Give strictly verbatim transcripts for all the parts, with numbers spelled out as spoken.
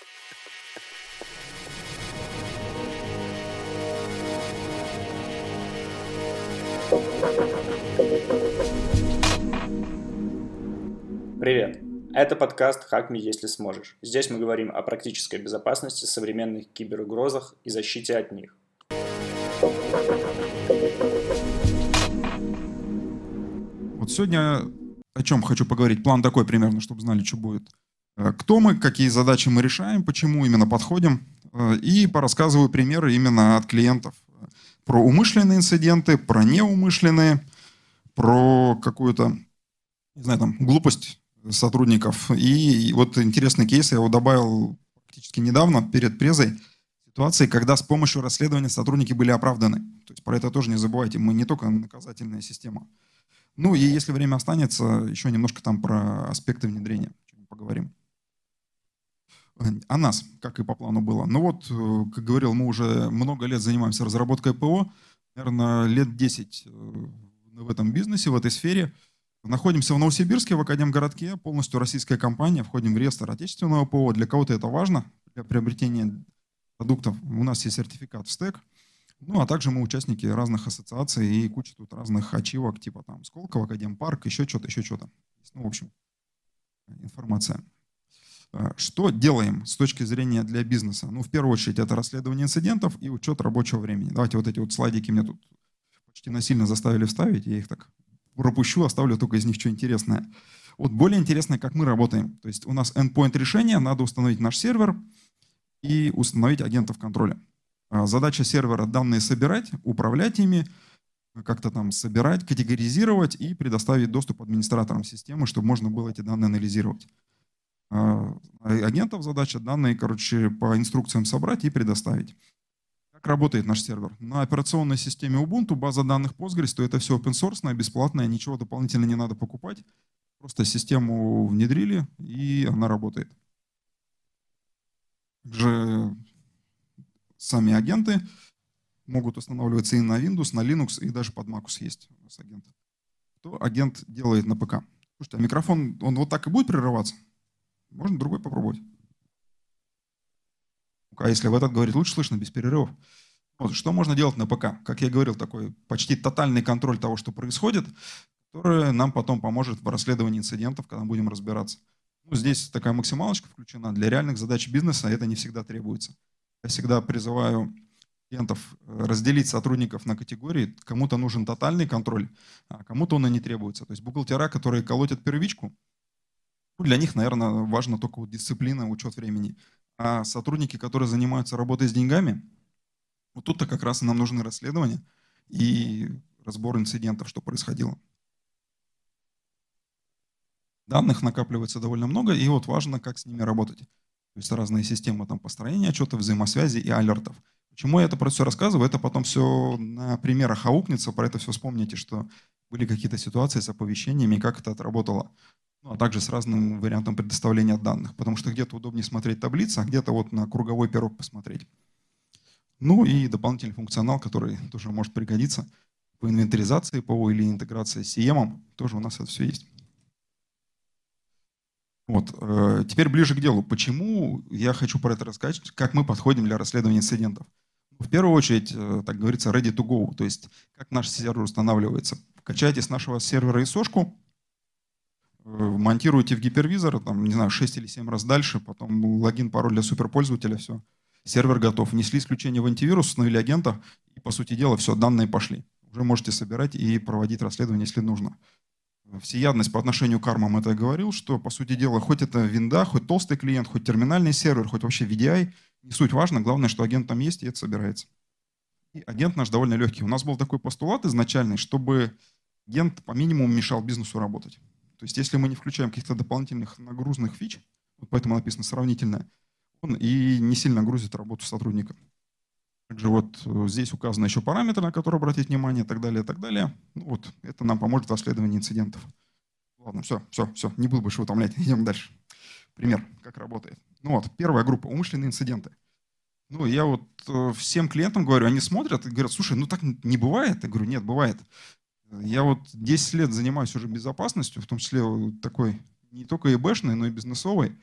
Привет! Это подкаст «Хакми, если сможешь». Здесь мы говорим о практической безопасности, современных киберугрозах и защите от них. Вот сегодня о чем хочу поговорить. План такой примерно, чтобы знали, что будет. Кто мы, какие задачи мы решаем, почему именно подходим. И порассказываю примеры именно от клиентов. Про умышленные инциденты, про неумышленные, про какую-то, не знаю, там, глупость сотрудников. И вот интересный кейс, я его добавил практически недавно, перед презой, ситуации, когда с помощью расследования сотрудники были оправданы. То есть про это тоже не забывайте, мы не только наказательная система. Ну и если время останется, еще немножко там про аспекты внедрения поговорим. О нас, как и по плану было. Ну вот, как говорил, мы уже много лет занимаемся разработкой ПО, наверное, лет десять в этом бизнесе, в этой сфере. Находимся в Новосибирске, в Академгородке, полностью российская компания, входим в реестр отечественного ПО. Для кого-то это важно, для приобретения продуктов. У нас есть сертификат в стэк. Ну, а также мы участники разных ассоциаций и куча тут разных ачивок, типа там Сколково, Академпарк, еще что-то, еще что-то. Ну, в общем, информация. Что делаем с точки зрения для бизнеса? Ну, в первую очередь, это расследование инцидентов и учет рабочего времени. Давайте вот эти вот слайдики мне тут почти насильно заставили вставить, я их так пропущу, оставлю только из них что интересное. Вот более интересное, как мы работаем. То есть у нас endpoint решение, надо установить наш сервер и установить агентов контроля. Задача сервера — данные собирать, управлять ими, как-то там собирать, категоризировать и предоставить доступ администраторам системы, чтобы можно было эти данные анализировать. Агентов задача данные, короче, по инструкциям собрать и предоставить. Как работает наш сервер? На операционной системе Ubuntu, база данных Postgres, то это все open source, бесплатное, ничего дополнительно не надо покупать. Просто систему внедрили, и она работает. Также сами агенты могут устанавливаться и на Windows, на Linux, и даже под macOS есть у нас агент. Что агент делает на ПК? Слушайте, а микрофон, он вот так и будет прерываться? Можно другой попробовать. А если в этот говорить, лучше слышно, без перерывов. Вот, что можно делать на ПК? Как я говорил, такой почти тотальный контроль того, что происходит, который нам потом поможет в расследовании инцидентов, когда будем разбираться. Ну, здесь такая максималочка включена. Для реальных задач бизнеса это не всегда требуется. Я всегда призываю клиентов разделить сотрудников на категории. Кому-то нужен тотальный контроль, а кому-то он и не требуется. То есть бухгалтера, которые колотят первичку, ну, для них, наверное, важно только вот дисциплина, учет времени. А сотрудники, которые занимаются работой с деньгами, вот тут-то как раз и нам нужны расследования и разбор инцидентов, что происходило. Данных накапливается довольно много, и вот важно, как с ними работать. То есть разные системы там, построения отчетов, взаимосвязи и алертов. Почему я это про все рассказываю? Это потом все на примерах аукнется, про это все вспомните, что были какие-то ситуации с оповещениями, как это отработало. Ну, а также с разным вариантом предоставления данных, потому что где-то удобнее смотреть таблицы, а где-то вот на круговой пирог посмотреть. Ну и дополнительный функционал, который тоже может пригодиться по инвентаризации ПО или интеграции с си эм, тоже у нас это все есть. Вот. Теперь ближе к делу. Почему я хочу про это рассказать, как мы подходим для расследования инцидентов? В первую очередь, так говорится, ready to go, то есть как наш сервер устанавливается. Качайте с нашего сервера ай эс о-шку, монтируете в гипервизор, там, не знаю, шесть или семь раз дальше, потом логин, пароль для суперпользователя, все. Сервер готов. Внесли исключение в антивирус, установили агента, и, по сути дела, все, данные пошли. Уже можете собирать и проводить расследование, если нужно. Всеядность по отношению к армам, это я говорил, что, по сути дела, хоть это винда, хоть толстый клиент, хоть терминальный сервер, хоть вообще ви ди ай, не суть важно, главное, что агент там есть, и это собирается. И агент наш довольно легкий. У нас был такой постулат изначальный, чтобы агент по минимуму мешал бизнесу работать. То есть если мы не включаем каких-то дополнительных нагрузных фич, вот поэтому написано сравнительное, он и не сильно грузит работу сотрудника. Также вот здесь указаны еще параметры, на которые обратить внимание, и так далее, и так далее. Ну, вот это нам поможет в расследовании инцидентов. Ладно, все, все, все, не буду больше утомлять, идем дальше. Пример, как работает. Ну вот, первая группа, умышленные инциденты. Ну, я вот всем клиентам говорю, они смотрят и говорят, слушай, ну так не бывает. Я говорю, нет, бывает. Я вот десять лет занимаюсь уже безопасностью, в том числе такой не только ИБшной, но и бизнесовой.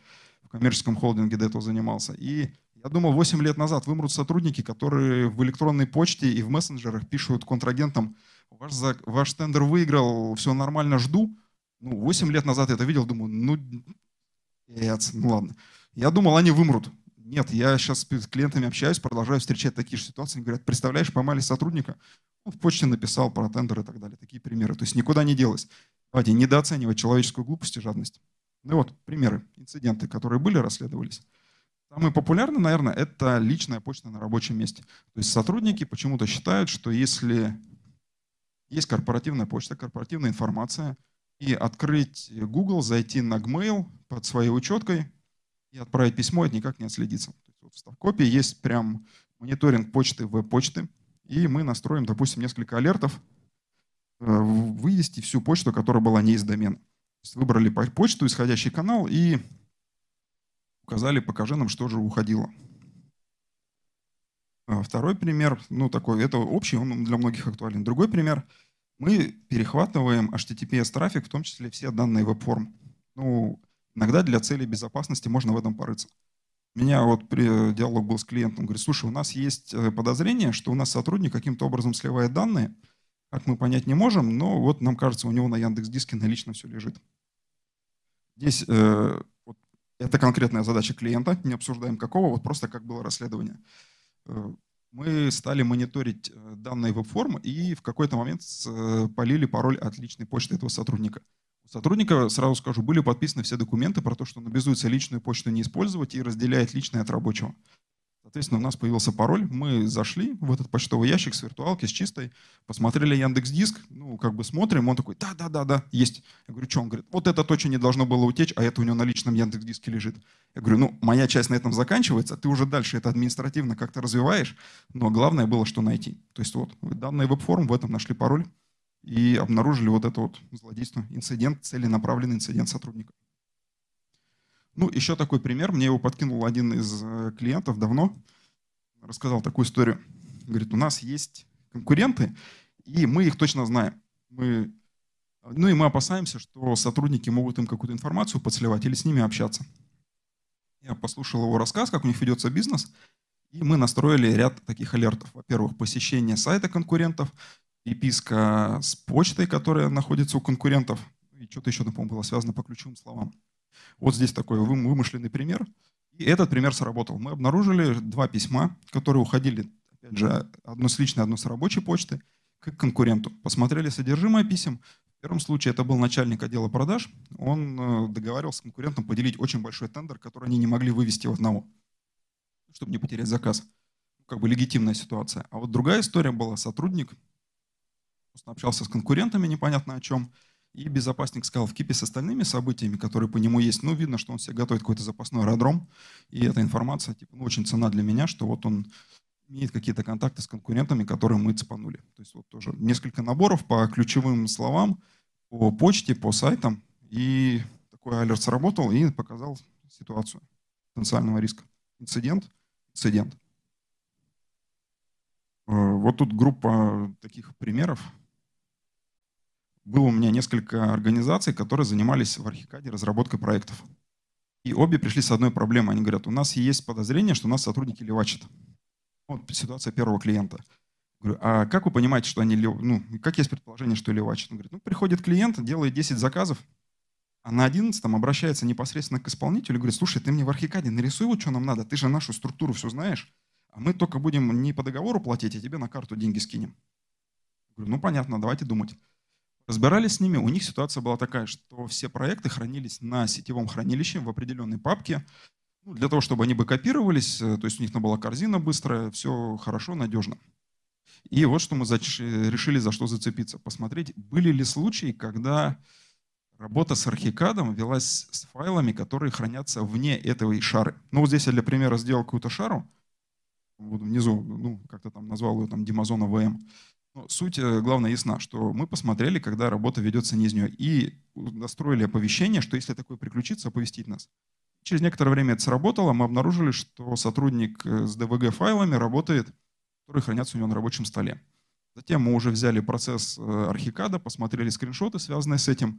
в коммерческом холдинге до этого занимался. И я думал, восемь лет назад вымрут сотрудники, которые в электронной почте и в мессенджерах пишут контрагентам: ваш, ваш тендер выиграл, все нормально, жду. Ну, восемь лет назад я это видел, думаю, ну, нет, ну ладно. Я думал, они вымрут. Нет, я сейчас с клиентами общаюсь, продолжаю встречать такие же ситуации. Они говорят: представляешь, поймали сотрудника, ну, в почте написал про тендер и так далее. Такие примеры. То есть никуда не делось. Давайте недооценивать человеческую глупость и жадность. Ну вот, примеры, инциденты, которые были, расследовались. Самый популярный, наверное, это личная почта на рабочем месте. То есть сотрудники почему-то считают, что если есть корпоративная почта, корпоративная информация, и открыть Google, зайти на Gmail под своей учеткой и отправить письмо, это никак не отследится. То есть вот в Ставкопе есть прям мониторинг почты, веб-почты, и мы настроим, допустим, несколько алертов, вывести всю почту, которая была не из домена. То есть выбрали почту, исходящий канал, и указали, покажи нам, что же уходило. Второй пример, ну такой, это общий, он для многих актуален. Другой пример. Мы перехватываем эйч ти ти пи эс-трафик, в том числе все данные веб-форм. Ну, иногда для целей безопасности можно в этом порыться. У меня вот при диалог был с клиентом, говорит: слушай, у нас есть подозрение, что у нас сотрудник каким-то образом сливает данные, как мы понять не можем, но вот нам кажется, у него на Яндекс.Диске налично все лежит. Здесь э, вот, это конкретная задача клиента, не обсуждаем какого, вот просто как было расследование. Мы стали мониторить данные веб-форм и в какой-то момент полили пароль от личной почты этого сотрудника. У сотрудника, сразу скажу, были подписаны все документы про то, что он обязуется личную почту не использовать и разделяет личное от рабочего. Соответственно, у нас появился пароль, мы зашли в этот почтовый ящик с виртуалки, с чистой, посмотрели Яндекс.Диск, ну, как бы смотрим, он такой: да-да-да-да, есть. Я говорю: что? Он говорит: вот это точно не должно было утечь, а это у него на личном Яндекс.Диске лежит. Я говорю: ну, моя часть на этом заканчивается, ты уже дальше это административно как-то развиваешь, но главное было, что найти. То есть вот данные веб-форм, в этом нашли пароль и обнаружили вот это вот злодейство, инцидент, целенаправленный инцидент сотрудника. Ну, еще такой пример. Мне его подкинул один из клиентов давно. Рассказал такую историю. Говорит: у нас есть конкуренты, и мы их точно знаем. Мы, ну и мы опасаемся, что сотрудники могут им какую-то информацию подсливать или с ними общаться. Я послушал его рассказ, как у них ведется бизнес, и мы настроили ряд таких алертов. Во-первых, посещение сайта конкурентов, переписка с почтой, которая находится у конкурентов, и что-то еще, по-моему, было связано по ключевым словам. Вот здесь такой вымышленный пример. И этот пример сработал. Мы обнаружили два письма, которые уходили, опять же, одно с личной, одно с рабочей почты, к конкуренту. Посмотрели содержимое писем. В первом случае это был начальник отдела продаж. Он договаривался с конкурентом поделить очень большой тендер, который они не могли вывести в одного, чтобы не потерять заказ. Как бы легитимная ситуация. А вот другая история была: сотрудник просто общался с конкурентами, непонятно о чем. И безопасник сказал: в кипе с остальными событиями, которые по нему есть, ну, видно, что он себе готовит какой-то запасной аэродром. И эта информация типа, ну, очень ценна для меня, что вот он имеет какие-то контакты с конкурентами, которые мы цепанули. То есть вот тоже несколько наборов по ключевым словам, по почте, по сайтам. И такой алерт сработал и показал ситуацию потенциального риска. Инцидент, инцидент. Вот тут группа таких примеров. Было у меня несколько организаций, которые занимались в Архикаде разработкой проектов. И обе пришли с одной проблемой. Они говорят: у нас есть подозрение, что у нас сотрудники левачат. Вот ситуация первого клиента. Говорю: а как вы понимаете, что они лев... ну, как есть предположение, что левачат? Он говорит: ну, приходит клиент, делает десять заказов, а на одиннадцатом обращается непосредственно к исполнителю и говорит: слушай, ты мне в Архикаде нарисуй, вот что нам надо, ты же нашу структуру все знаешь, а мы только будем не по договору платить, а тебе на карту деньги скинем. Говорю: ну, понятно, давайте думать. Разбирались с ними, у них ситуация была такая, что все проекты хранились на сетевом хранилище в определенной папке, ну, для того, чтобы они бы копировались, то есть у них была корзина быстрая, все хорошо, надежно. И вот что мы решили, за что зацепиться. Посмотреть, были ли случаи, когда работа с Архикадом велась с файлами, которые хранятся вне этой шары. Ну вот здесь я для примера сделал какую-то шару, вот внизу, ну, как-то там назвал ее там Димазона вэ эм. Суть, главное, ясна, что мы посмотрели, когда работа ведется не из нее, и настроили оповещение, что если такое приключится, оповестить нас. Через некоторое время это сработало, мы обнаружили, что сотрудник с ди ви джи-файлами работает, которые хранятся у него на рабочем столе. Затем мы уже взяли процесс Архикада, посмотрели скриншоты, связанные с этим.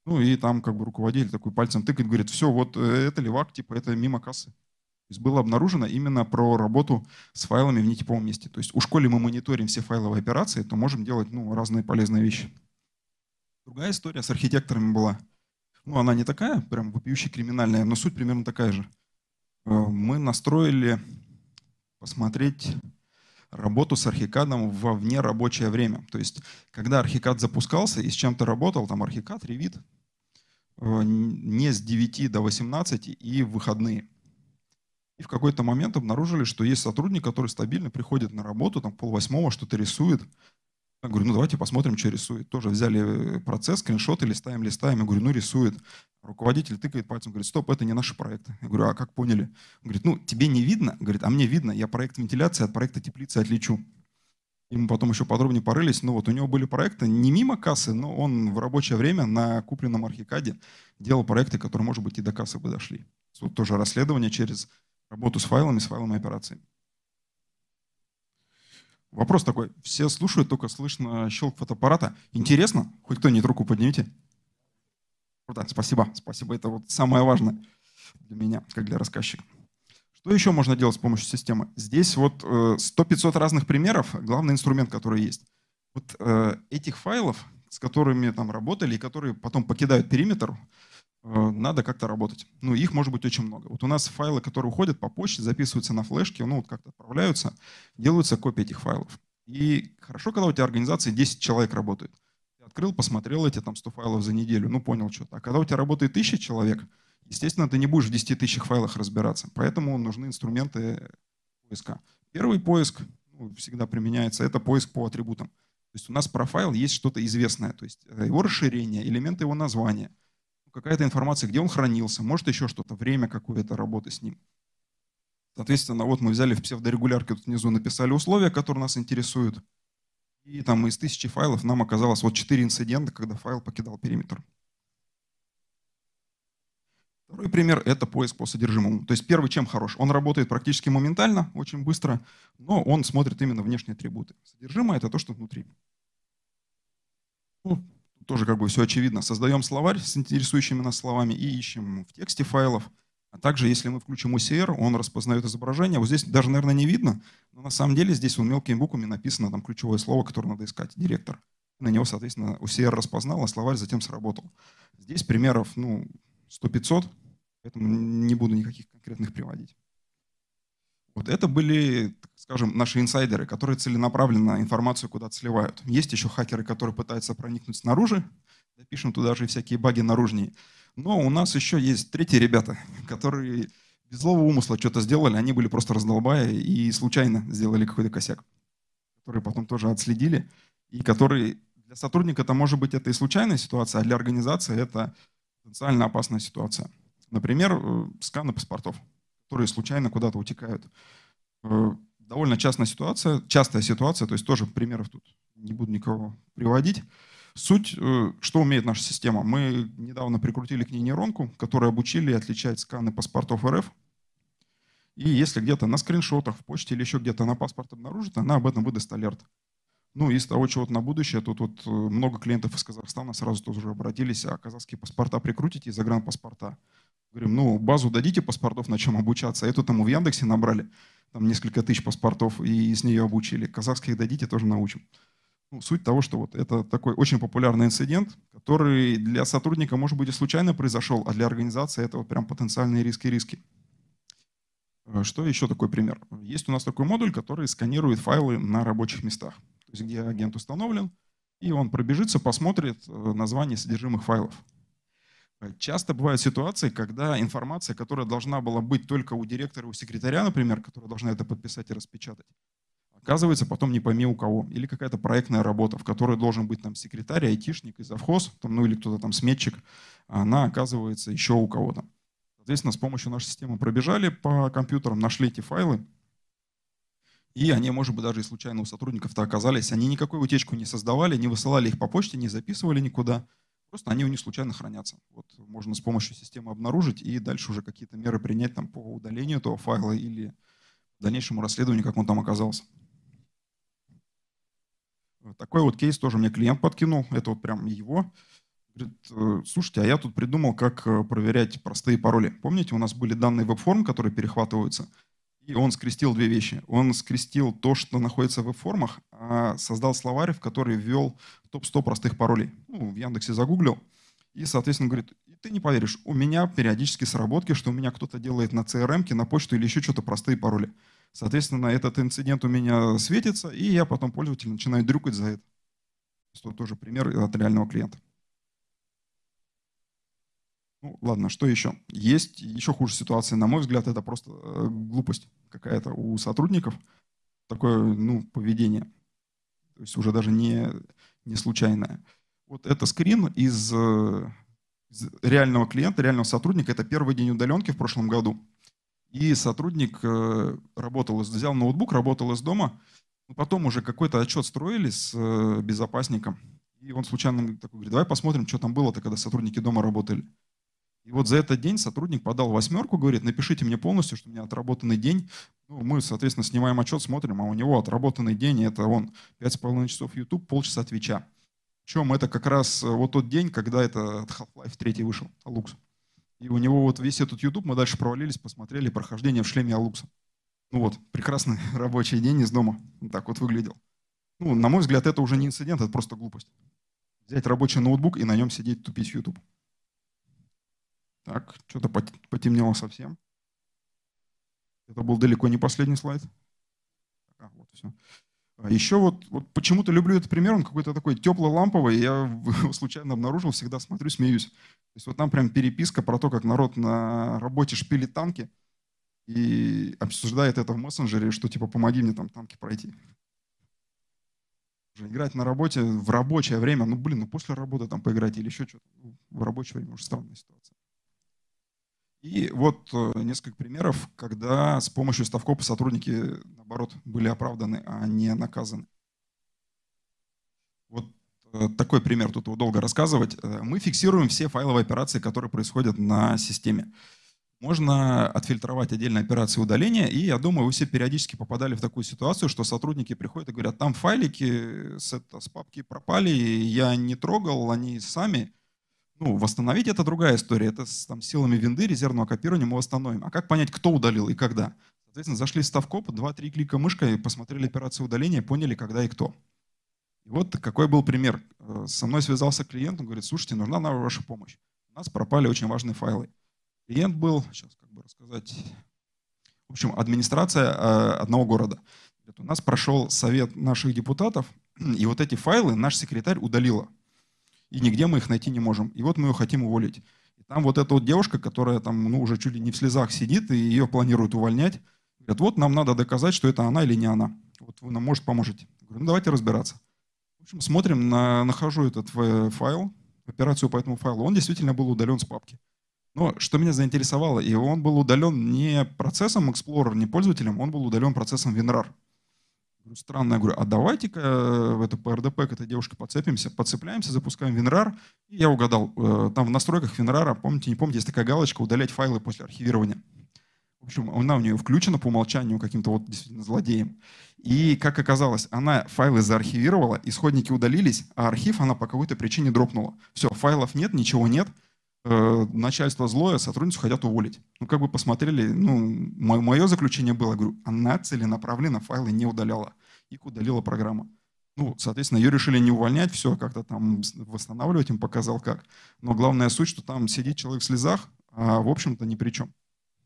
Ну и там как бы руководитель такой пальцем тыкает, говорит, все, вот это левак, типа это мимо кассы. То есть было обнаружено именно про работу с файлами в нетиповом месте. То есть у школы мы мониторим все файловые операции, то можем делать ну, разные полезные вещи. Другая история с архитекторами была. Ну, она не такая, прям вопиюще криминальная, но суть примерно такая же. Мы настроили посмотреть работу с архикадом во внерабочее время. То есть, когда архикад запускался и с чем-то работал, там архикад, ревит, не с девяти до восемнадцати и в выходные. И в какой-то момент обнаружили, что есть сотрудник, который стабильно приходит на работу, там полвосьмого что-то рисует. Я говорю, ну давайте посмотрим, что рисует. Тоже взяли процесс, скриншоты, листаем, листаем. Я говорю, ну рисует. Руководитель тыкает пальцем, говорит, стоп, это не наши проекты. Я говорю, а как поняли? Он говорит, ну тебе не видно? Говорит, а мне видно, я проект вентиляции от проекта теплицы отличу. И мы потом еще подробнее порылись. Ну вот у него были проекты не мимо кассы, но он в рабочее время на купленном архикаде делал проекты, которые, может быть, и до кассы бы дошли. Вот тоже расследование через работу с файлами, с файловыми операциями. Вопрос такой. Все слушают, только слышно щелк фотоаппарата. Интересно? Хоть кто-нибудь руку поднимите. Да, спасибо. Спасибо. Это вот самое важное для меня, как для рассказчика. Что еще можно делать с помощью системы? Здесь вот сто-пятьсот разных примеров. Главный инструмент, который есть. Вот этих файлов, с которыми там работали и которые потом покидают периметр, надо как-то работать. Ну, их может быть очень много. Вот у нас файлы, которые уходят по почте, записываются на флешке, ну, вот как-то отправляются, делаются копии этих файлов. И хорошо, когда у тебя организации десять человек работает. Ты открыл, посмотрел эти там сто файлов за неделю, ну, понял что-то. А когда у тебя работает тысяча человек, естественно, ты не будешь в десяти тысячах файлах разбираться. Поэтому нужны инструменты поиска. Первый поиск, ну, всегда применяется, это поиск по атрибутам. То есть у нас про файл есть что-то известное, то есть его расширение, элементы его названия, какая-то информация, где он хранился, может еще что-то, время какое-то работы с ним. Соответственно, вот мы взяли в псевдорегулярке, тут внизу написали условия, которые нас интересуют. И там из тысячи файлов нам оказалось вот четыре инцидента, когда файл покидал периметр. Второй пример – это поиск по содержимому. То есть первый чем хорош? Он работает практически моментально, очень быстро, но он смотрит именно внешние атрибуты. Содержимое – это то, что внутри. Ну, тоже как бы все очевидно. Создаем словарь с интересующими нас словами и ищем в тексте файлов. А также, если мы включим о си эр, он распознает изображение. Вот здесь даже, наверное, не видно, но на самом деле здесь он мелкими буквами написано там ключевое слово, которое надо искать, директор. На него, соответственно, о си эр распознал, а словарь затем сработал. Здесь примеров ну, сто-пятьсот, поэтому не буду никаких конкретных приводить. Вот это были, скажем, наши инсайдеры, которые целенаправленно информацию куда-то сливают. Есть еще хакеры, которые пытаются проникнуть снаружи, пишем туда же всякие баги наружнее. Но у нас еще есть третьи ребята, которые без злого умысла что-то сделали, они были просто раздолбая и случайно сделали какой-то косяк, которые потом тоже отследили, и которые для сотрудника это может быть это и случайная ситуация, а для организации это потенциально опасная ситуация. Например, сканы паспортов, которые случайно куда-то утекают. Довольно частая ситуация, частая ситуация, то есть тоже примеров тут не буду никого приводить. Суть, что умеет наша система. Мы недавно прикрутили к ней нейронку, которую обучили отличать сканы паспортов эр эф. И если где-то на скриншотах, в почте или еще где-то она паспорт обнаружит, она об этом выдаст алерт. Ну, из того, чего на будущее, тут вот много клиентов из Казахстана сразу тоже обратились, а казахские паспорта прикрутите и загранпаспорта. Говорим, ну, базу дадите паспортов, на чем обучаться. Эту там в Яндексе набрали, там несколько тысяч паспортов, и с нее обучили. Казахских дадите, тоже научим. Ну, суть того, что вот это такой очень популярный инцидент, который для сотрудника, может быть, и случайно произошел, а для организации это вот прям потенциальные риски-риски. Что еще такой пример? Есть у нас такой модуль, который сканирует файлы на рабочих местах. То есть где агент установлен, и он пробежится, посмотрит название содержимых файлов. Часто бывают ситуации, когда информация, которая должна была быть только у директора, у секретаря, например, которая должна это подписать и распечатать, оказывается потом не пойми у кого. Или какая-то проектная работа, в которой должен быть там секретарь, айтишник и завхоз, там, ну или кто-то там сметчик, а она оказывается еще у кого-то. Соответственно, с помощью нашей системы пробежали по компьютерам, нашли эти файлы, и они, может быть, даже и случайно у сотрудников-то оказались. Они никакой утечку не создавали, не высылали их по почте, не записывали никуда. Просто они у них случайно хранятся. Вот можно с помощью системы обнаружить и дальше уже какие-то меры принять там, по удалению этого файла или дальнейшему расследованию, как он там оказался. Такой вот кейс тоже мне клиент подкинул. Это вот прям его. Говорит, «Э, слушайте, а я тут придумал, как э, проверять простые пароли. Помните, у нас были данные веб-форм, которые перехватываются, и он скрестил две вещи. Он скрестил то, что находится в веб-формах, а создал словарь, в который ввел топ сто простых паролей. Ну, в Яндексе загуглил. И, соответственно, говорит, «И ты не поверишь, у меня периодически сработки, что у меня кто-то делает на си эр эм-ке, на почту или еще что-то простые пароли. Соответственно, этот инцидент у меня светится, и я потом пользователя начинаю дрюкать за это». Это тоже пример от реального клиента. Ну, ладно, что еще? Есть еще хуже ситуации. На мой взгляд, это просто э, глупость какая-то у сотрудников. Такое, ну, поведение. То есть уже даже не, не случайное. Вот это скрин из, э, из реального клиента, реального сотрудника. Это первый день удаленки в прошлом году. И сотрудник э, работал, взял ноутбук, работал из дома. Но потом уже какой-то отчет строили с э, безопасником. И он случайно такой говорит, давай посмотрим, что там было-то, когда сотрудники дома работали. И вот за этот день сотрудник подал восьмерку, говорит, напишите мне полностью, что у меня отработанный день. Ну, мы, соответственно, снимаем отчет, смотрим, а у него отработанный день, это он пять с половиной часов YouTube, полчаса Твича. Причем это как раз вот тот день, когда это Half-Life три вышел, Алукс. И у него вот весь этот YouTube, мы дальше провалились, посмотрели прохождение в шлеме Алукса. Ну вот, прекрасный рабочий день из дома. Вот так вот выглядел. Ну, на мой взгляд, это уже не инцидент, это просто глупость. Взять рабочий ноутбук и на нем сидеть тупить в YouTube. Так, что-то потемнело совсем. Это был далеко не последний слайд. А, вот все. Еще вот, вот почему-то люблю этот пример, он какой-то такой тепло-ламповый, я его случайно обнаружил, всегда смотрю, смеюсь. То есть вот там прям переписка про то, как народ на работе шпилит танки и обсуждает это в мессенджере, что типа помоги мне там танки пройти. Играть на работе в рабочее время, ну блин, ну после работы там поиграть или еще что-то. В рабочее время уже странная ситуация. И вот несколько примеров, когда с помощью Ставкопа сотрудники, наоборот, были оправданы, а не наказаны. Вот такой пример, тут его долго рассказывать. Мы фиксируем все файловые операции, которые происходят на системе. Можно отфильтровать отдельные операции удаления, и я думаю, вы все периодически попадали в такую ситуацию, что сотрудники приходят и говорят, там файлики с, это, с папки пропали, я не трогал, они сами. Ну, восстановить — это другая история. Это с там, силами винды, резервного копирования мы восстановим. А как понять, кто удалил и когда? Соответственно, зашли в Ставкоп, два-три клика мышкой, посмотрели операцию удаления, поняли, когда и кто. И вот какой был пример. Со мной связался клиент, он говорит, слушайте, нужна нам ваша помощь. У нас пропали очень важные файлы. Клиент был, сейчас как бы рассказать, в общем, администрация одного города. У нас прошел совет наших депутатов, и вот эти файлы наш секретарь удалила. И нигде мы их найти не можем. И вот мы ее хотим уволить. И там вот эта вот девушка, которая там ну, уже чуть ли не в слезах сидит, и ее планируют увольнять, говорят, вот нам надо доказать, что это она или не она. Вот вы нам, может, поможете. Я говорю, ну давайте разбираться. В общем, смотрим, на, нахожу этот файл, операцию по этому файлу. Он действительно был удален с папки. Но что меня заинтересовало, и он был удален не процессом Explorer, не пользователем, он был удален процессом WinRAR. Говорю, странно, я говорю, а давайте-ка в это пэ эр дэ пэ к этой девушке подцепимся, подцепляемся, запускаем WinRAR. И я угадал, там в настройках WinRAR, помните, не помните, есть такая галочка «Удалять файлы после архивирования». В общем, она у нее включена по умолчанию каким-то вот действительно злодеем. И, как оказалось, она файлы заархивировала, исходники удалились, а архив она по какой-то причине дропнула. Все, файлов нет, ничего нет. Начальство злое, сотрудницу хотят уволить. Ну, как бы посмотрели, ну, мое заключение было, говорю, она целенаправленно файлы не удаляла. Их удалила программа. Ну, соответственно, ее решили не увольнять, все как-то там восстанавливать, им показал как. Но главная суть, что там сидит человек в слезах, а в общем-то ни при чем.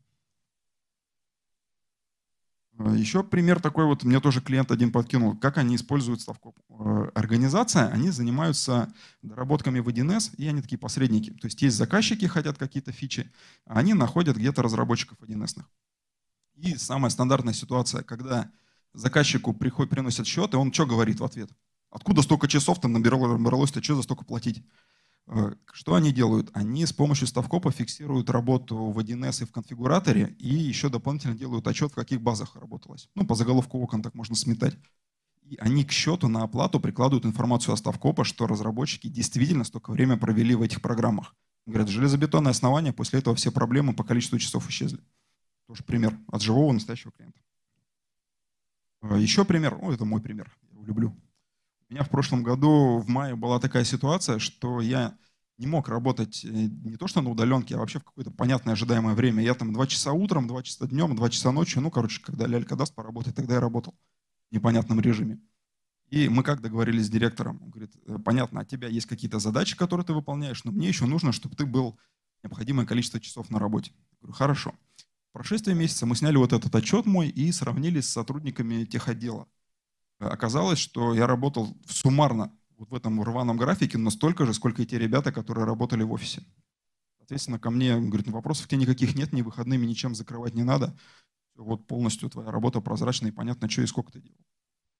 Еще пример такой, вот мне тоже клиент один подкинул, как они используют Ставкоп. Организация, они занимаются доработками в один эс, и они такие посредники. То есть есть заказчики, хотят какие-то фичи, а они находят где-то разработчиков один эсных. И самая стандартная ситуация, когда заказчику приходит, приносят счет, и он что говорит в ответ? Откуда столько часов там набралось-то, что за столько платить? Что они делают? Они с помощью Ставкопа фиксируют работу в один эс и в конфигураторе, и еще дополнительно делают отчет, в каких базах работалось. Ну, по заголовку окон так можно сметать. И они к счету на оплату прикладывают информацию о Ставкопа, что разработчики действительно столько времени провели в этих программах. Говорят, железобетонное основание, после этого все проблемы по количеству часов исчезли. Тоже пример от живого настоящего клиента. Еще пример, ну, это мой пример, я его люблю. У меня в прошлом году в мае была такая ситуация, что я не мог работать не то что на удаленке, а вообще в какое-то понятное ожидаемое время. Я там два часа утром, два часа днем, два часа ночью, ну, короче, когда лялька даст поработать, тогда я работал в непонятном режиме. И мы как договорились с директором, он говорит, понятно, от тебя есть какие-то задачи, которые ты выполняешь, но мне еще нужно, чтобы ты был необходимое количество часов на работе. Я говорю, хорошо. В прошествии месяца мы сняли вот этот отчет мой и сравнили с сотрудниками техотдела. Оказалось, что я работал суммарно вот в этом рваном графике, но столько же, сколько и те ребята, которые работали в офисе. Соответственно, ко мне, говорит, ну, вопросов к тебе никаких нет, ни выходными ничем закрывать не надо. Вот полностью твоя работа прозрачная и понятно, что и сколько ты делал.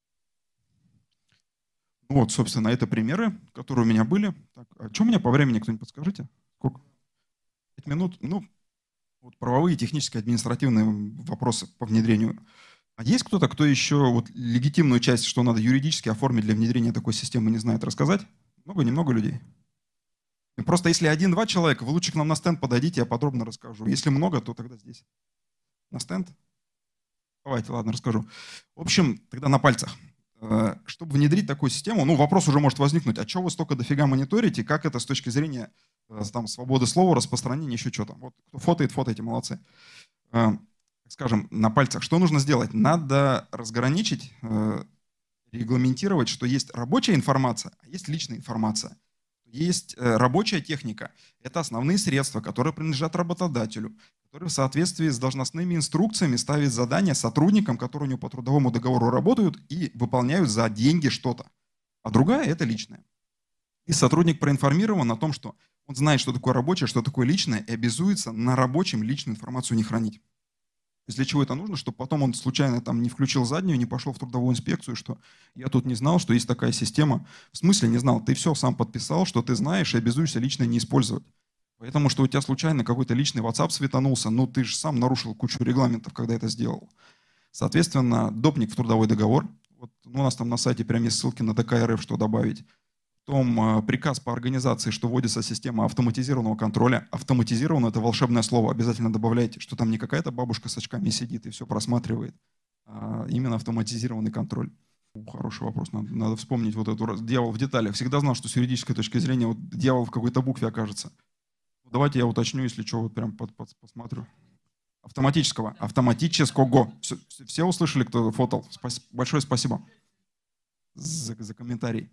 Вот, собственно, это примеры, которые у меня были. Так, а что у меня по времени, кто-нибудь подскажите? Сколько? Пять минут? Ну, вот правовые, технические, административные вопросы по внедрению. А есть кто-то, кто еще вот легитимную часть, что надо юридически оформить для внедрения такой системы, не знает рассказать? Много, немного людей? И просто если один-два человека, вы лучше к нам на стенд подойдите, я подробно расскажу. Если много, то тогда здесь. На стенд? Давайте, ладно, расскажу. В общем, тогда на пальцах. Чтобы внедрить такую систему, ну, вопрос уже может возникнуть, а что вы столько дофига мониторите, как это с точки зрения там, свободы слова, распространения, еще что-то. Вот кто фотоет, фотоете, молодцы. Скажем, на пальцах. Что нужно сделать? Надо разграничить, регламентировать, что есть рабочая информация, а есть личная информация. Есть рабочая техника. Это основные средства, которые принадлежат работодателю, который в соответствии с должностными инструкциями ставит задания сотрудникам, которые у него по трудовому договору работают и выполняют за деньги что-то. А другая – это личная. И сотрудник проинформирован о том, что он знает, что такое рабочее, что такое личное, и обязуется на рабочем личную информацию не хранить. То есть для чего это нужно? Чтобы потом он случайно там не включил заднюю, не пошел в трудовую инспекцию, что я тут не знал, что есть такая система. В смысле не знал? Ты все сам подписал, что ты знаешь, и обязуешься лично не использовать. Поэтому, что у тебя случайно какой-то личный WhatsApp светанулся, ну ты же сам нарушил кучу регламентов, когда это сделал. Соответственно, допник в трудовой договор. Вот у нас там на сайте прям есть ссылки на ТК эр эф, что добавить. Потом приказ по организации, что вводится система автоматизированного контроля. Автоматизировано – это волшебное слово. Обязательно добавляйте, что там не какая-то бабушка с очками сидит и все просматривает, а именно автоматизированный контроль. Хороший вопрос. Надо, надо вспомнить вот эту дьявол в деталях. Всегда знал, что с юридической точки зрения вот дьявол в какой-то букве окажется. Давайте я уточню, если что, вот прям под, под, посмотрю. Автоматического. Автоматического. Все, все услышали, кто фотал? Спас, большое спасибо за, за комментарий.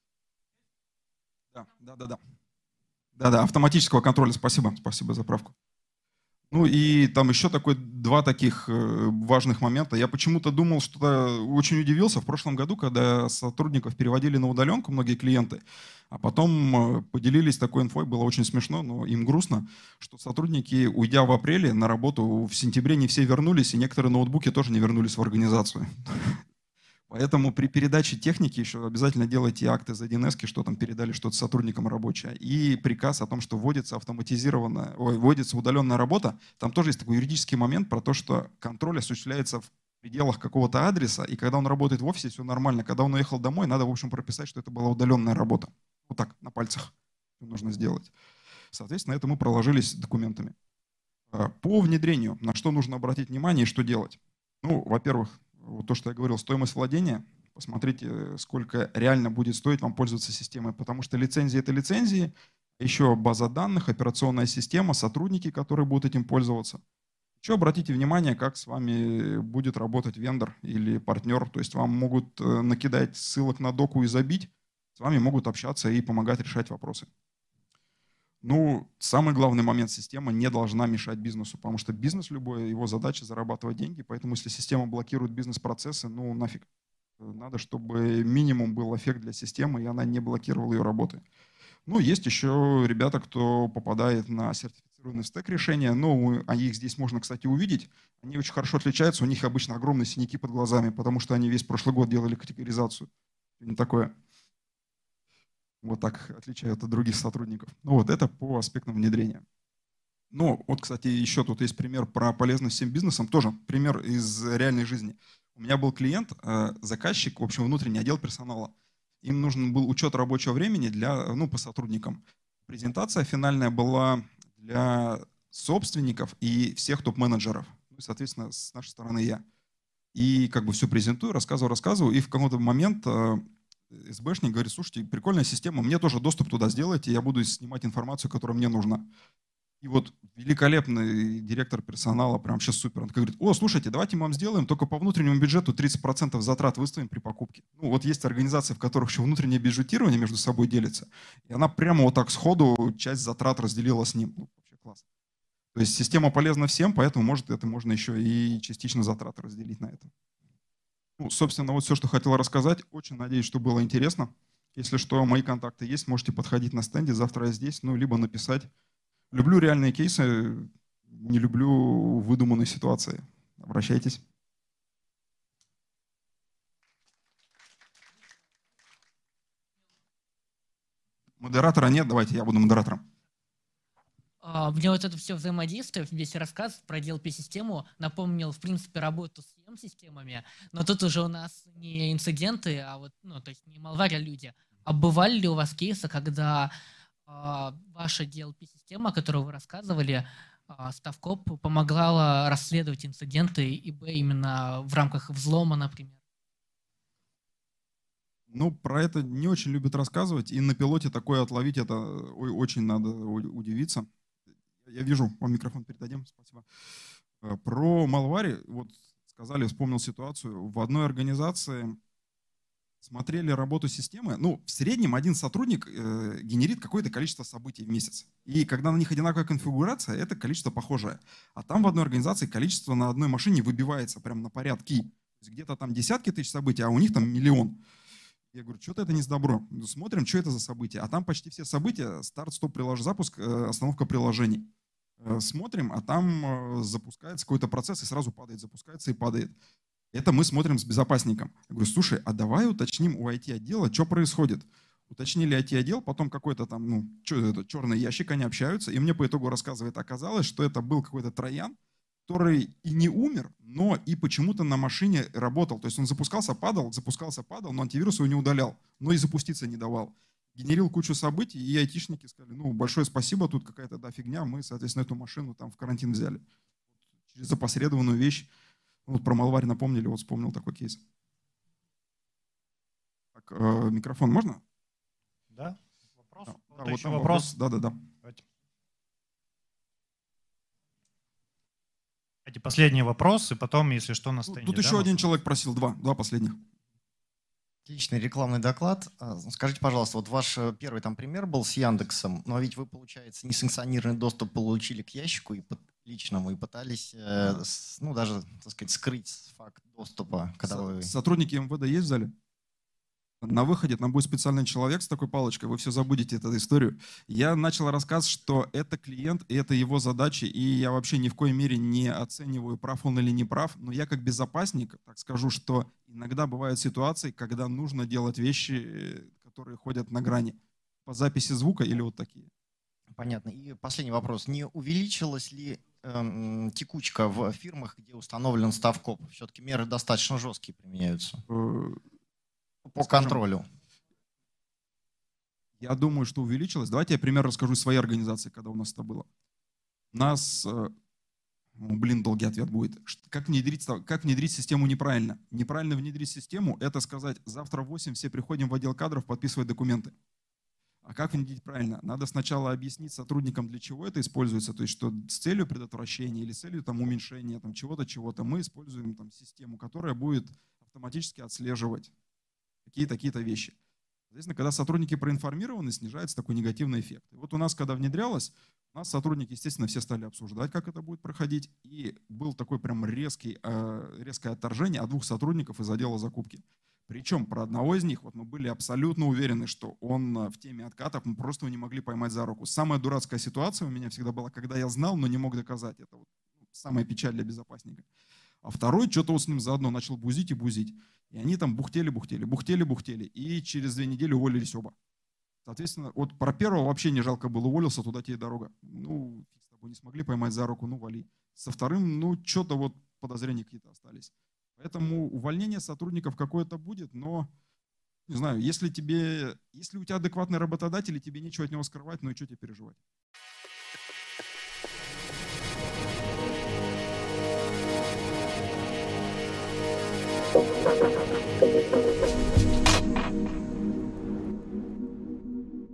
Да, да, да, да. Да, да, автоматического контроля. Спасибо, спасибо за правку. Ну и там еще такой, два таких важных момента. Я почему-то думал, что очень удивился в прошлом году, когда сотрудников переводили на удаленку, многие клиенты, а потом поделились такой инфой, было очень смешно, но им грустно, что сотрудники, уйдя в апреле на работу, в сентябре не все вернулись, и некоторые ноутбуки тоже не вернулись в организацию. Поэтому при передаче техники еще обязательно делайте акты из один эс, что там передали что-то сотрудникам рабочее. И приказ о том, что вводится автоматизированная, ой, вводится удаленная работа. Там тоже есть такой юридический момент про то, что контроль осуществляется в пределах какого-то адреса, и когда он работает в офисе, все нормально. Когда он уехал домой, надо, в общем, прописать, что это была удаленная работа. Вот так, на пальцах нужно сделать. Соответственно, это мы проложились документами. По внедрению, на что нужно обратить внимание и что делать? Ну, во-первых, вот то, что я говорил, стоимость владения. Посмотрите, сколько реально будет стоить вам пользоваться системой, потому что лицензии – это лицензии, еще база данных, операционная система, сотрудники, которые будут этим пользоваться. Еще обратите внимание, как с вами будет работать вендор или партнер, то есть вам могут накидать ссылок на доку и забить, с вами могут общаться и помогать решать вопросы. Ну, самый главный момент – система не должна мешать бизнесу, потому что бизнес любой, его задача зарабатывать деньги, поэтому если система блокирует бизнес-процессы, ну нафиг. Надо, чтобы минимум был эффект для системы, и она не блокировала ее работы. Ну, есть еще ребята, кто попадает на сертифицированный стек решения, ну, их здесь можно, кстати, увидеть. Они очень хорошо отличаются, у них обычно огромные синяки под глазами, потому что они весь прошлый год делали категоризацию. Не такое. Вот так отличают от других сотрудников. Ну вот это по аспектам внедрения. Ну вот, кстати, еще тут есть пример про полезность всем бизнесам. Тоже пример из реальной жизни. У меня был клиент, заказчик, в общем, внутренний отдел персонала. Им нужен был учет рабочего времени для, ну, по сотрудникам. Презентация финальная была для собственников и всех топ-менеджеров. Ну, соответственно, с нашей стороны я. И как бы все презентую, рассказываю, рассказываю. И в какой-то момент СБшник говорит: слушайте, прикольная система, мне тоже доступ туда сделайте, я буду снимать информацию, которая мне нужна. И вот великолепный директор персонала, прям сейчас супер, он говорит: о, слушайте, давайте мы вам сделаем, только по внутреннему бюджету тридцать процентов затрат выставим при покупке. Ну вот есть организации, в которых еще внутреннее бюджетирование между собой делится, и она прямо вот так сходу часть затрат разделила с ним. Ну, вообще класс. То есть система полезна всем, поэтому может это можно еще и частично затраты разделить на это. Ну, собственно, вот все, что хотел рассказать. Очень надеюсь, что было интересно. Если что, мои контакты есть, можете подходить на стенде, завтра я здесь, ну, либо написать. Люблю реальные кейсы, не люблю выдуманные ситуации. Обращайтесь. Модератора нет, давайте я буду модератором. Мне вот это все взаимодействие, весь рассказ про ди эл пи-систему напомнил, в принципе, работу с и эм-системами, но тут уже у нас не инциденты, а вот, ну, то есть не malware, а люди. А бывали ли у вас кейсы, когда э, ваша ди эл пи-система, которую вы рассказывали, э, Ставкоп, помогла расследовать инциденты и бэ именно в рамках взлома, например? Ну, про это не очень любят рассказывать, и на пилоте такое отловить, это очень надо удивиться. Я вижу, вам микрофон передадим, спасибо. Про malware, вот сказали, вспомнил ситуацию. В одной организации смотрели работу системы. Ну, в среднем один сотрудник э, генерит какое-то количество событий в месяц. И когда на них одинаковая конфигурация, это количество похожее. А там в одной организации количество на одной машине выбивается прям на порядки. То есть где-то там десятки тысяч событий, а у них там миллион. Я говорю, что-то это не с добро. Смотрим, что это за события. А там почти все события: старт, стоп, прилож, запуск, остановка приложений. Смотрим, а там запускается какой-то процесс и сразу падает, запускается и падает. Это мы смотрим с безопасником. Я говорю, слушай, а давай уточним у ай ти-отдела, что происходит. Уточнили ай ти-отдел, потом какой-то там, ну, что это, черный ящик, они общаются, и мне по итогу рассказывает, оказалось, что это был какой-то троян, который и не умер, но и почему-то на машине работал. То есть он запускался, падал, запускался, падал, но антивирус его не удалял, но и запуститься не давал. Генерил кучу событий, и айтишники сказали, ну, большое спасибо, тут какая-то да фигня, мы, соответственно, эту машину там в карантин взяли. Через опосредованную вещь. Вот про malware напомнили, вот вспомнил такой кейс. Так, э, микрофон можно? Да? Вопрос? Да, Вот да, еще вот вопрос. Да-да-да. Эти последние вопросы, потом, если что, на стенде. Тут да, еще один человек просил, два, два последних. Отличный рекламный доклад. Скажите, пожалуйста, вот ваш первый там пример был с Яндексом, но ведь вы, получается, несанкционированный доступ получили к ящику и под личному и пытались, ну, даже, так сказать, скрыть факт доступа, когда Со- вы... Сотрудники эм вэ дэ есть в зале? На выходе там будет специальный человек с такой палочкой, вы все забудете эту историю. Я начал рассказ, что это клиент, и это его задачи, и я вообще ни в коей мере не оцениваю, прав он или не прав, но я как безопасник так скажу, что иногда бывают ситуации, когда нужно делать вещи, которые ходят на грани. По записи звука или вот такие. Понятно. И последний вопрос. Не увеличилась ли эм, текучка в фирмах, где установлен Ставкоп? Все-таки меры достаточно жесткие применяются Э, по скажем, контролю. Я думаю, что увеличилось. Давайте я пример расскажу из своей организации, когда у нас это было. У нас, э, ну, блин, долгий ответ будет. Ш- Как внедрить, ста- как внедрить систему неправильно? Неправильно внедрить систему – это сказать, завтра в восемь все приходим в отдел кадров подписывать документы. А как внедрить правильно? Надо сначала объяснить сотрудникам, для чего это используется, то есть что с целью предотвращения или с целью там, уменьшения там, чего-то, чего-то. Мы используем там, систему, которая будет автоматически отслеживать какие-то какие-то вещи. Соответственно, когда сотрудники проинформированы, снижается такой негативный эффект. И вот у нас, когда внедрялось, у нас сотрудники, естественно, все стали обсуждать, как это будет проходить. И был такой прям резкий, э, резкое отторжение от двух сотрудников из отдела закупки. Причем про одного из них вот мы были абсолютно уверены, что он э, в теме откатов, мы просто его не могли поймать за руку. Самая дурацкая ситуация у меня всегда была, когда я знал, но не мог доказать. Это вот самая печаль для безопасника. А второй что-то вот с ним заодно начал бузить и бузить. И они там бухтели, бухтели, бухтели, бухтели. И через две недели уволились оба. Соответственно, вот про первого вообще не жалко было, уволился, туда тебе и дорога. Ну, фиг с тобой, не смогли поймать за руку, ну, вали. Со вторым, ну, что-то вот подозрения какие-то остались. Поэтому увольнение сотрудников какое-то будет, но, не знаю, если тебе, если у тебя адекватный работодатель, и тебе нечего от него скрывать, ну и что тебе переживать?